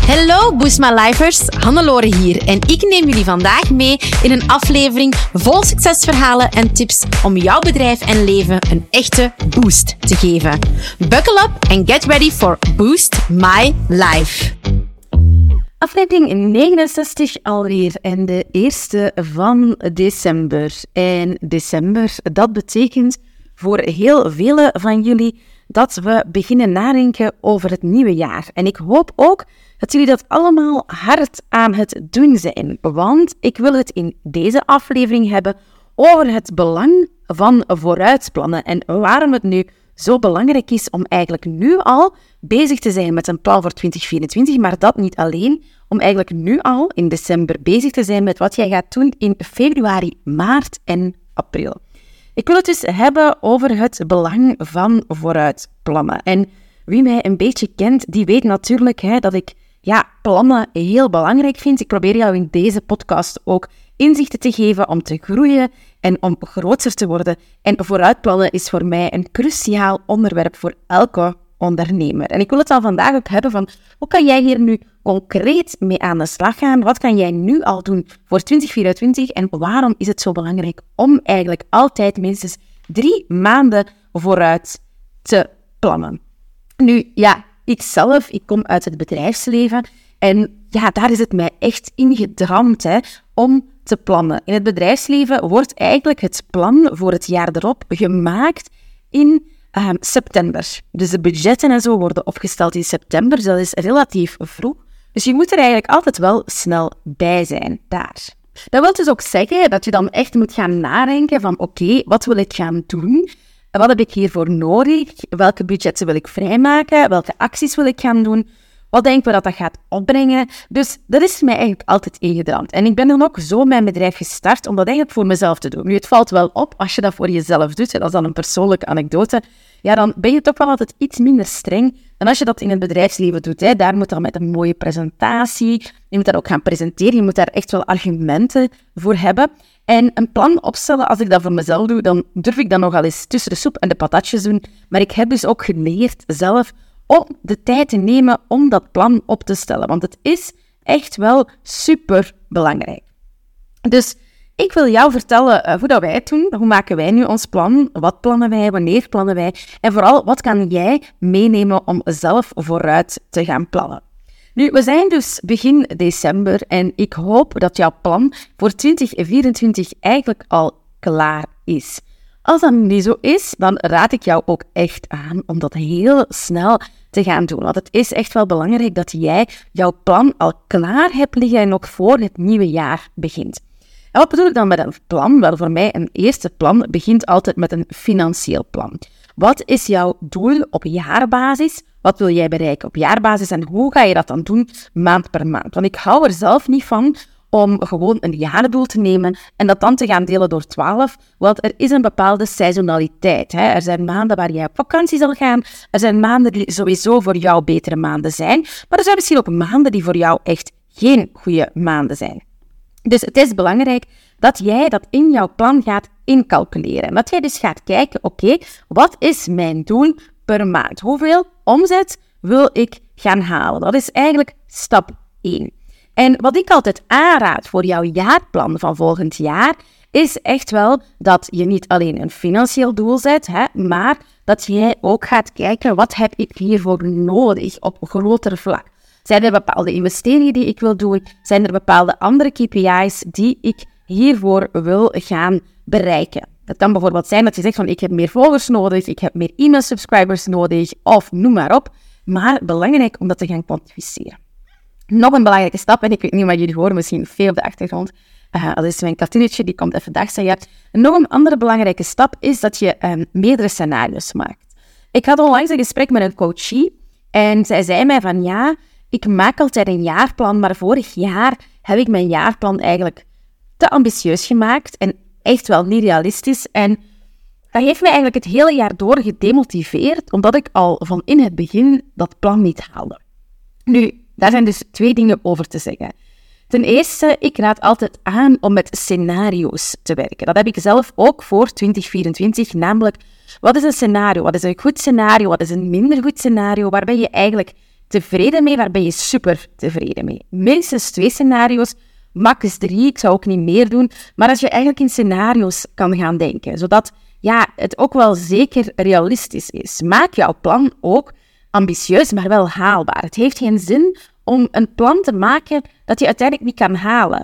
Hallo Boost My Lifers, Hannelore hier en ik neem jullie vandaag mee in een aflevering vol succesverhalen en tips om jouw bedrijf en leven een echte boost te geven. Buckle up and get ready for Boost My Life. Aflevering 69 alweer en de eerste van december. En december, dat betekent voor heel vele van jullie dat we beginnen nadenken over het nieuwe jaar. En ik hoop ook dat jullie dat allemaal hard aan het doen zijn. Want ik wil het in deze aflevering hebben over het belang van vooruitplannen. En waarom het nu zo belangrijk is om eigenlijk nu al bezig te zijn met een plan voor 2024. Maar dat niet alleen, om eigenlijk nu al in december bezig te zijn met wat jij gaat doen in februari, maart en april. Ik wil het dus hebben over het belang van vooruitplannen. En wie mij een beetje kent, die weet natuurlijk dat ik plannen heel belangrijk vind. Ik probeer jou in deze podcast ook inzichten te geven om te groeien en om groter te worden. En vooruitplannen is voor mij een cruciaal onderwerp voor elke ondernemer. En ik wil het al vandaag ook hebben van, hoe kan jij hier nu concreet mee aan de slag gaan? Wat kan jij nu al doen voor 2024? En waarom is het zo belangrijk om eigenlijk altijd minstens 3 maanden vooruit te plannen? Nu, ik kom uit het bedrijfsleven en daar is het mij echt ingedramd om te plannen. In het bedrijfsleven wordt eigenlijk het plan voor het jaar erop gemaakt in september. Dus de budgetten en zo worden opgesteld in september, dus dat is relatief vroeg. Dus je moet er eigenlijk altijd wel snel bij zijn daar. Dat wil dus ook zeggen dat je dan echt moet gaan nadenken van oké, wat wil ik gaan doen? Wat heb ik hiervoor nodig? Welke budgetten wil ik vrijmaken? Welke acties wil ik gaan doen? Wat denken we dat dat gaat opbrengen? Dus dat is mij eigenlijk altijd ingedramd. En ik ben dan ook zo mijn bedrijf gestart om dat eigenlijk voor mezelf te doen. Nu, het valt wel op als je dat voor jezelf doet. En dat is dan een persoonlijke anekdote. Ja, dan ben je toch wel altijd iets minder streng dan als je dat in het bedrijfsleven doet. Daar moet dan met een mooie presentatie. Je moet dat ook gaan presenteren. Je moet daar echt wel argumenten voor hebben. En een plan opstellen, als ik dat voor mezelf doe, dan durf ik dat nogal eens tussen de soep en de patatjes doen. Maar ik heb dus ook geleerd zelf om de tijd te nemen om dat plan op te stellen. Want het is echt wel super belangrijk. Dus ik wil jou vertellen hoe dat wij het doen. Hoe maken wij nu ons plan? Wat plannen wij? Wanneer plannen wij? En vooral, wat kan jij meenemen om zelf vooruit te gaan plannen? Nu, we zijn dus begin december en ik hoop dat jouw plan voor 2024 eigenlijk al klaar is. Als dat niet zo is, dan raad ik jou ook echt aan om dat heel snel te gaan doen. Want het is echt wel belangrijk dat jij jouw plan al klaar hebt liggen en nog voor het nieuwe jaar begint. En wat bedoel ik dan met een plan? Wel, voor mij een eerste plan begint altijd met een financieel plan. Wat is jouw doel op jaarbasis? Wat wil jij bereiken op jaarbasis en hoe ga je dat dan doen maand per maand? Want ik hou er zelf niet van om gewoon een jaardoel te nemen en dat dan te gaan delen door 12, want er is een bepaalde seasonaliteit. Er zijn maanden waar jij op vakantie zal gaan, er zijn maanden die sowieso voor jou betere maanden zijn, maar er zijn misschien ook maanden die voor jou echt geen goede maanden zijn. Dus het is belangrijk dat jij dat in jouw plan gaat incalculeren. En dat jij dus gaat kijken, oké, wat is mijn doel per maand? Hoeveel omzet wil ik gaan halen? Dat is eigenlijk stap 1. En wat ik altijd aanraad voor jouw jaarplan van volgend jaar, is echt wel dat je niet alleen een financieel doel zet, maar dat jij ook gaat kijken, wat heb ik hiervoor nodig op groter vlak? Zijn er bepaalde investeringen die ik wil doen? Zijn er bepaalde andere KPI's die ik hiervoor wil gaan bereiken? Het kan bijvoorbeeld zijn dat je zegt van ik heb meer volgers nodig, ik heb meer e-mail-subscribers nodig, of noem maar op. Maar belangrijk om dat te gaan kwantificeren. Nog een belangrijke stap, en ik weet niet wat jullie horen, misschien veel op de achtergrond. Dat is mijn Katinetje, die komt even dag zeggen. Nog een andere belangrijke stap is dat je meerdere scenario's maakt. Ik had onlangs een gesprek met een coachie en zij zei mij van ik maak altijd een jaarplan, maar vorig jaar heb ik mijn jaarplan eigenlijk te ambitieus gemaakt en echt wel niet realistisch. En dat heeft mij eigenlijk het hele jaar door gedemotiveerd, omdat ik al van in het begin dat plan niet haalde. Nu, daar zijn dus 2 dingen over te zeggen. Ten eerste, ik raad altijd aan om met scenario's te werken. Dat heb ik zelf ook voor 2024, namelijk wat is een scenario? Wat is een goed scenario? Wat is een minder goed scenario? Waar ben je eigenlijk tevreden mee, waar ben je super tevreden mee? Minstens 2 scenario's, max 3, ik zou ook niet meer doen. Maar als je eigenlijk in scenario's kan gaan denken, zodat het ook wel zeker realistisch is. Maak jouw plan ook ambitieus, maar wel haalbaar. Het heeft geen zin om een plan te maken dat je uiteindelijk niet kan halen.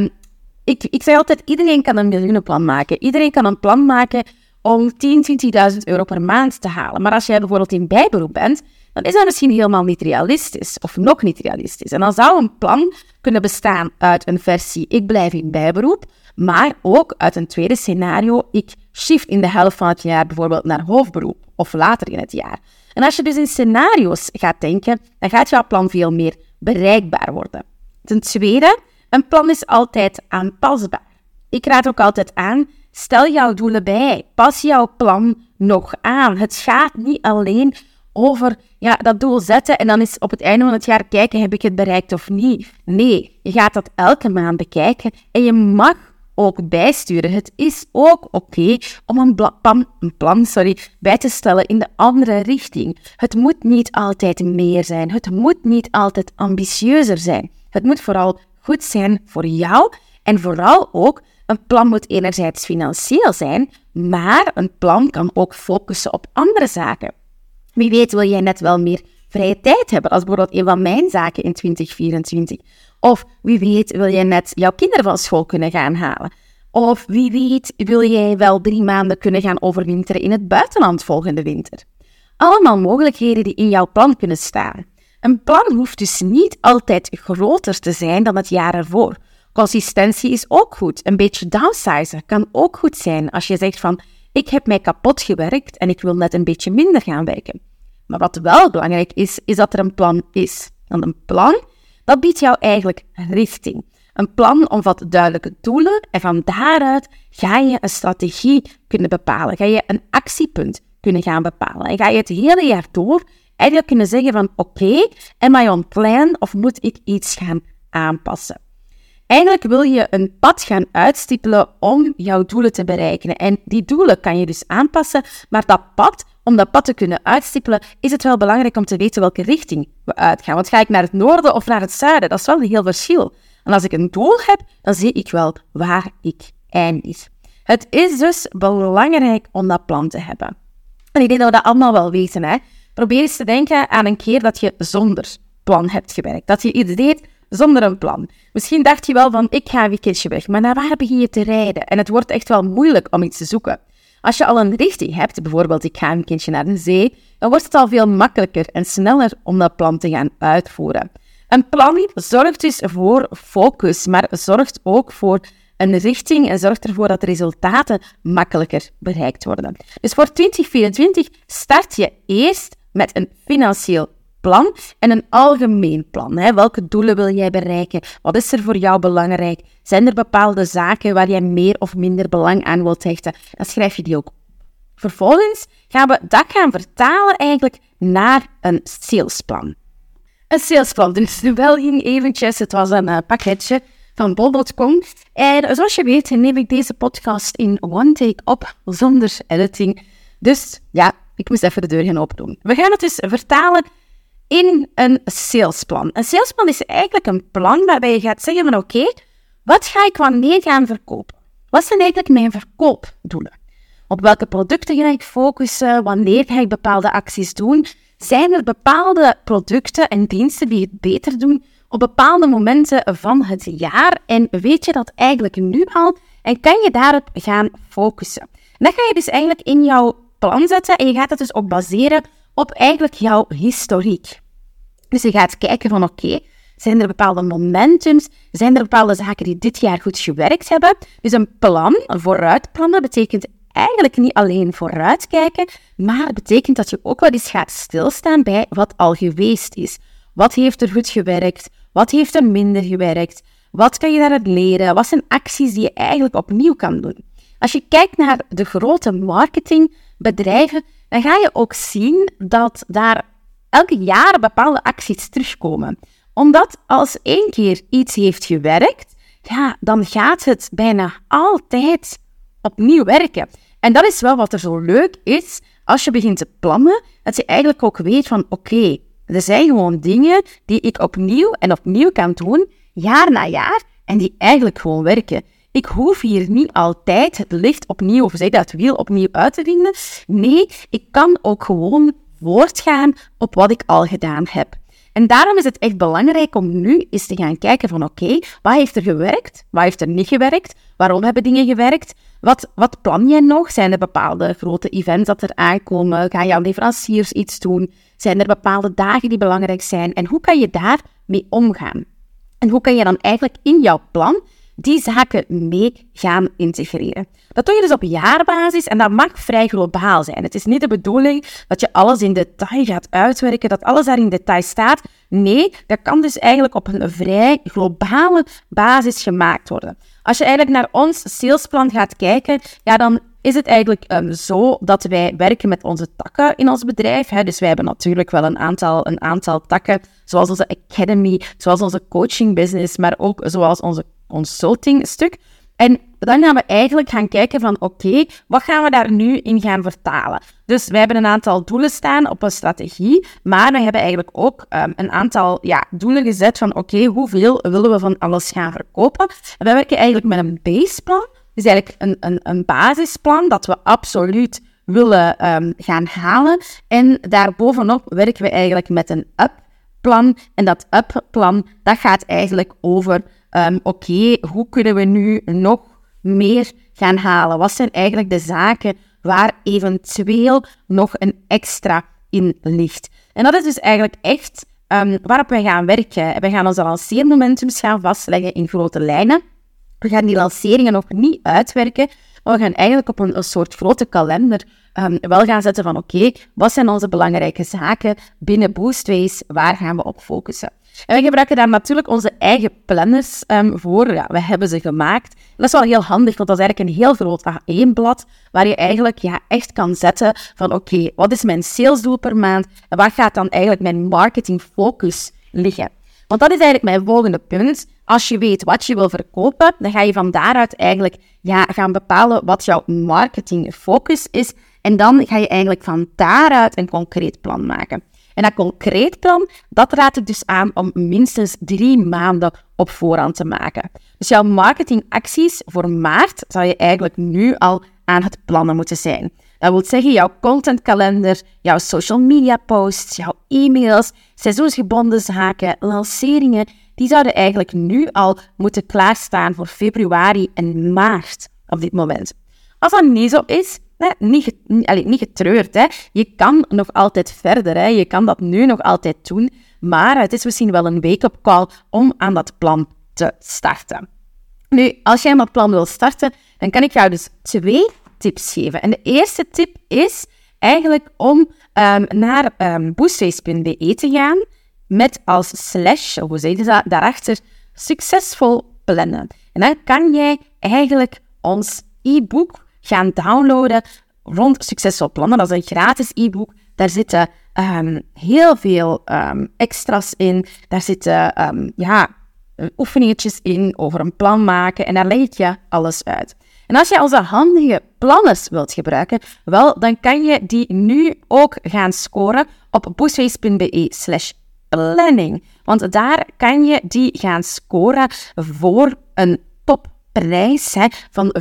Ik zeg altijd, iedereen kan een miljoenenplan maken. Iedereen kan een plan maken om 10.000, 20.000 euro per maand te halen. Maar als jij bijvoorbeeld in bijberoep bent, dan is dat misschien helemaal niet realistisch. Of nog niet realistisch. En dan zou een plan kunnen bestaan uit een versie, ik blijf in bijberoep, maar ook uit een tweede scenario, ik shift in de helft van het jaar bijvoorbeeld naar hoofdberoep, of later in het jaar. En als je dus in scenario's gaat denken, dan gaat jouw plan veel meer bereikbaar worden. Ten tweede, een plan is altijd aanpasbaar. Ik raad ook altijd aan, stel jouw doelen bij. Pas jouw plan nog aan. Het gaat niet alleen over dat doel zetten en dan is op het einde van het jaar kijken, heb ik het bereikt of niet? Nee, je gaat dat elke maand bekijken en je mag ook bijsturen. Het is ook oké om een plan bij te stellen in de andere richting. Het moet niet altijd meer zijn. Het moet niet altijd ambitieuzer zijn. Het moet vooral goed zijn voor jou en vooral ook, een plan moet enerzijds financieel zijn, maar een plan kan ook focussen op andere zaken. Wie weet wil jij net wel meer vrije tijd hebben, als bijvoorbeeld een van mijn zaken in 2024. Of wie weet wil jij net jouw kinderen van school kunnen gaan halen. Of wie weet wil jij wel 3 maanden kunnen gaan overwinteren in het buitenland volgende winter. Allemaal mogelijkheden die in jouw plan kunnen staan. Een plan hoeft dus niet altijd groter te zijn dan het jaar ervoor. Consistentie is ook goed. Een beetje downsizen kan ook goed zijn als je zegt van, ik heb mij kapot gewerkt en ik wil net een beetje minder gaan werken. Maar wat wel belangrijk is, is dat er een plan is. Want een plan, dat biedt jou eigenlijk richting. Een plan omvat duidelijke doelen en van daaruit ga je een strategie kunnen bepalen. Ga je een actiepunt kunnen gaan bepalen. En ga je het hele jaar door eigenlijk kunnen zeggen van oké, am I on plan of moet ik iets gaan aanpassen? Eigenlijk wil je een pad gaan uitstippelen om jouw doelen te bereiken. En die doelen kan je dus aanpassen, maar om dat pad te kunnen uitstippelen, is het wel belangrijk om te weten welke richting we uitgaan. Want ga ik naar het noorden of naar het zuiden? Dat is wel een heel verschil. En als ik een doel heb, dan zie ik wel waar ik eindig. Het is dus belangrijk om dat plan te hebben. En ik denk dat we dat allemaal wel weten, hè. Probeer eens te denken aan een keer dat je zonder plan hebt gewerkt. Dat je iets deed zonder een plan. Misschien dacht je wel van, ik ga een weekendje weg, maar naar waar begin je te rijden? En het wordt echt wel moeilijk om iets te zoeken. Als je al een richting hebt, bijvoorbeeld ik ga een weekendje naar de zee, dan wordt het al veel makkelijker en sneller om dat plan te gaan uitvoeren. Een plan zorgt dus voor focus, maar zorgt ook voor een richting en zorgt ervoor dat de resultaten makkelijker bereikt worden. Dus voor 2024 start je eerst met een financieel plan en een algemeen plan. Welke doelen wil jij bereiken? Wat is er voor jou belangrijk? Zijn er bepaalde zaken waar jij meer of minder belang aan wilt hechten? Dan schrijf je die ook op. Vervolgens gaan we dat gaan vertalen eigenlijk naar een salesplan. Een salesplan, dus wel ging eventjes, het was een pakketje van bol.com. En zoals je weet neem ik deze podcast in one take op, zonder editing. Dus ja, ik moest even de deur gaan opdoen. We gaan het dus vertalen in een salesplan. Een salesplan is eigenlijk een plan waarbij je gaat zeggen van oké, wat ga ik wanneer gaan verkopen? Wat zijn eigenlijk mijn verkoopdoelen? Op welke producten ga ik focussen? Wanneer ga ik bepaalde acties doen? Zijn er bepaalde producten en diensten die het beter doen op bepaalde momenten van het jaar? En weet je dat eigenlijk nu al? En kan je daarop gaan focussen? En dat ga je dus eigenlijk in jouw plan zetten en je gaat het dus ook baseren op eigenlijk jouw historiek. Dus je gaat kijken van oké, zijn er bepaalde momentums, zijn er bepaalde zaken die dit jaar goed gewerkt hebben? Dus een plan, een vooruitplannen, betekent eigenlijk niet alleen vooruitkijken, maar het betekent dat je ook wel eens gaat stilstaan bij wat al geweest is. Wat heeft er goed gewerkt? Wat heeft er minder gewerkt? Wat kan je daaruit leren? Wat zijn acties die je eigenlijk opnieuw kan doen? Als je kijkt naar de grote marketingbedrijven, dan ga je ook zien dat daar elke jaar bepaalde acties terugkomen. Omdat als 1 keer iets heeft gewerkt, dan gaat het bijna altijd opnieuw werken. En dat is wel wat er zo leuk is als je begint te plannen, dat je eigenlijk ook weet van oké, Er zijn gewoon dingen die ik opnieuw en opnieuw kan doen, jaar na jaar, en die eigenlijk gewoon werken. Ik hoef hier niet altijd het licht opnieuw, of het wiel opnieuw uit te vinden. Nee, ik kan ook gewoon voortgaan op wat ik al gedaan heb. En daarom is het echt belangrijk om nu eens te gaan kijken van oké, wat heeft er gewerkt? Wat heeft er niet gewerkt? Waarom hebben dingen gewerkt? Wat plan jij nog? Zijn er bepaalde grote events dat er aankomen? Gaan jouw leveranciers iets doen? Zijn er bepaalde dagen die belangrijk zijn? En hoe kan je daarmee omgaan? En hoe kan je dan eigenlijk in jouw plan die zaken mee gaan integreren? Dat doe je dus op jaarbasis en dat mag vrij globaal zijn. Het is niet de bedoeling dat je alles in detail gaat uitwerken, dat alles daar in detail staat. Nee, dat kan dus eigenlijk op een vrij globale basis gemaakt worden. Als je eigenlijk naar ons salesplan gaat kijken, ja, dan is het eigenlijk zo dat wij werken met onze takken in ons bedrijf. Dus wij hebben natuurlijk wel een aantal takken, zoals onze academy, zoals onze coaching business, maar ook zoals onze consulting stuk. En dan gaan we eigenlijk gaan kijken van oké, wat gaan we daar nu in gaan vertalen? Dus wij hebben een aantal doelen staan op een strategie, maar we hebben eigenlijk ook een aantal doelen gezet van oké, hoeveel willen we van alles gaan verkopen? En wij werken eigenlijk met een baseplan, dus eigenlijk een basisplan dat we absoluut willen gaan halen. En daarbovenop werken we eigenlijk met een up-plan. En dat up-plan, dat gaat eigenlijk over oké, hoe kunnen we nu nog meer gaan halen? Wat zijn eigenlijk de zaken waar eventueel nog een extra in ligt? En dat is dus eigenlijk echt waarop wij gaan werken. We gaan onze lanceermomentums gaan vastleggen in grote lijnen. We gaan die lanceringen nog niet uitwerken, maar we gaan eigenlijk op een soort grote kalender wel gaan zetten van oké, wat zijn onze belangrijke zaken binnen Boostways, waar gaan we op focussen? En we gebruiken daar natuurlijk onze eigen planners voor. Ja, we hebben ze gemaakt. Dat is wel heel handig, want dat is eigenlijk een heel groot A1-blad waar je eigenlijk echt kan zetten van oké, wat is mijn salesdoel per maand en waar gaat dan eigenlijk mijn marketingfocus liggen? Want dat is eigenlijk mijn volgende punt. Als je weet wat je wil verkopen, dan ga je van daaruit eigenlijk gaan bepalen wat jouw marketingfocus is. En dan ga je eigenlijk van daaruit een concreet plan maken. En dat concreet plan, dat raad ik dus aan om minstens 3 maanden op voorhand te maken. Dus jouw marketingacties voor maart zou je eigenlijk nu al aan het plannen moeten zijn. Dat wil zeggen, jouw contentkalender, jouw social media posts, jouw e-mails, seizoensgebonden zaken, lanceringen, die zouden eigenlijk nu al moeten klaarstaan voor februari en maart op dit moment. Als dat niet zo is, niet getreurd. Hè. Je kan nog altijd verder. Hè. Je kan dat nu nog altijd doen. Maar het is misschien wel een wake-up call om aan dat plan te starten. Nu, als jij aan dat plan wil starten, dan kan ik jou dus 2 tips geven. En de eerste tip is eigenlijk om naar boostways.be te gaan met als slash, hoe zeg je dat, daarachter, succesvol plannen. En dan kan jij eigenlijk ons e-book gaan downloaden rond succesvol plannen. Dat is een gratis e-book. Daar zitten heel veel extra's in. Daar zitten oefeningetjes in over een plan maken. En daar leg ik je alles uit. En als je onze handige planners wilt gebruiken, wel, dan kan je die nu ook gaan scoren op boostways.be/planning. Want daar kan je die gaan scoren voor een topprijs van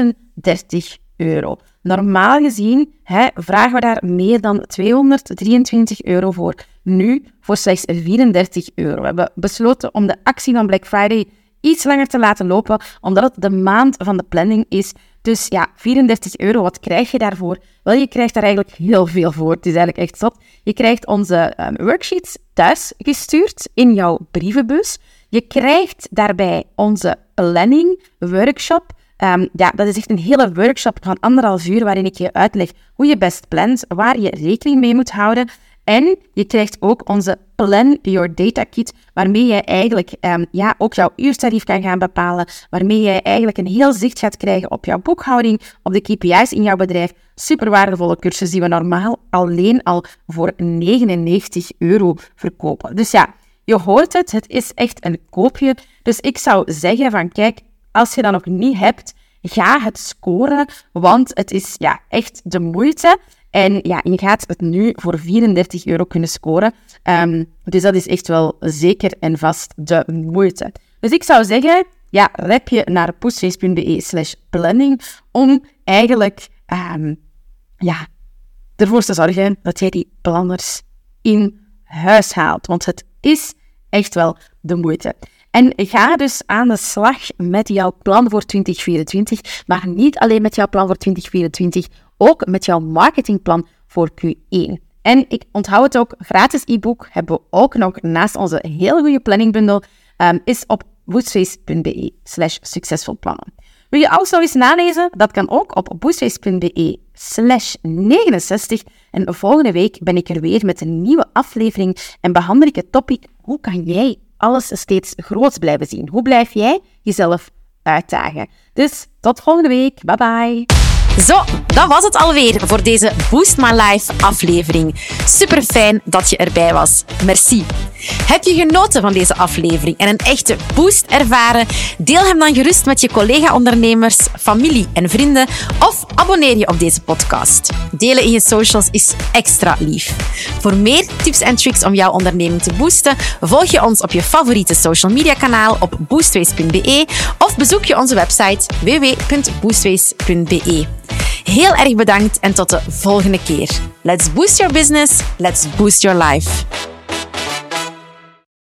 €34. Normaal gezien vragen we daar meer dan €223 voor. Nu voor slechts €34. We hebben besloten om de actie van Black Friday iets langer te laten lopen, omdat het de maand van de planning is. Dus ja, €34, wat krijg je daarvoor? Wel, je krijgt daar eigenlijk heel veel voor. Het is eigenlijk echt zot. Je krijgt onze worksheets thuis gestuurd in jouw brievenbus. Je krijgt daarbij onze planning workshop. Dat is echt een hele workshop van 1,5 uur waarin ik je uitleg hoe je best plant, waar je rekening mee moet houden. En je krijgt ook onze Plan Your Data Kit, waarmee je eigenlijk ook jouw uurtarief kan gaan bepalen, waarmee je eigenlijk een heel zicht gaat krijgen op jouw boekhouding, op de KPI's in jouw bedrijf. Super waardevolle cursus die we normaal alleen al voor €99 verkopen. Dus ja, je hoort het, het is echt een koopje. Dus ik zou zeggen van kijk, als je dat nog niet hebt, ga het scoren, want het is echt de moeite. En ja, je gaat het nu voor €34 kunnen scoren. Dus dat is echt wel zeker en vast de moeite. Dus ik zou zeggen, ja, rap je naar boostface.be/planning om eigenlijk ervoor te zorgen dat jij die planners in huis haalt. Want het is echt wel de moeite. En ga dus aan de slag met jouw plan voor 2024. Maar niet alleen met jouw plan voor 2024, ook met jouw marketingplan voor Q1. En ik onthoud het ook, gratis e-book hebben we ook nog naast onze heel goede planningbundel, is op boostface.be/succesvolplannen. Wil je alles nog eens nalezen? Dat kan ook op boostface.be/69. En volgende week ben ik er weer met een nieuwe aflevering en behandel ik het topic: hoe kan jij alles steeds groots blijven zien? Hoe blijf jij jezelf uitdagen? Dus tot volgende week. Bye bye. Zo, dat was het alweer voor deze Boost My Life aflevering. Super fijn dat je erbij was. Merci. Heb je genoten van deze aflevering en een echte boost ervaren? Deel hem dan gerust met je collega-ondernemers, familie en vrienden of abonneer je op deze podcast. Delen in je socials is extra lief. Voor meer tips en tricks om jouw onderneming te boosten, volg je ons op je favoriete social media kanaal op boostface.be of bezoek je onze website www.boostface.be. Heel erg bedankt en tot de volgende keer. Let's boost your business, let's boost your life.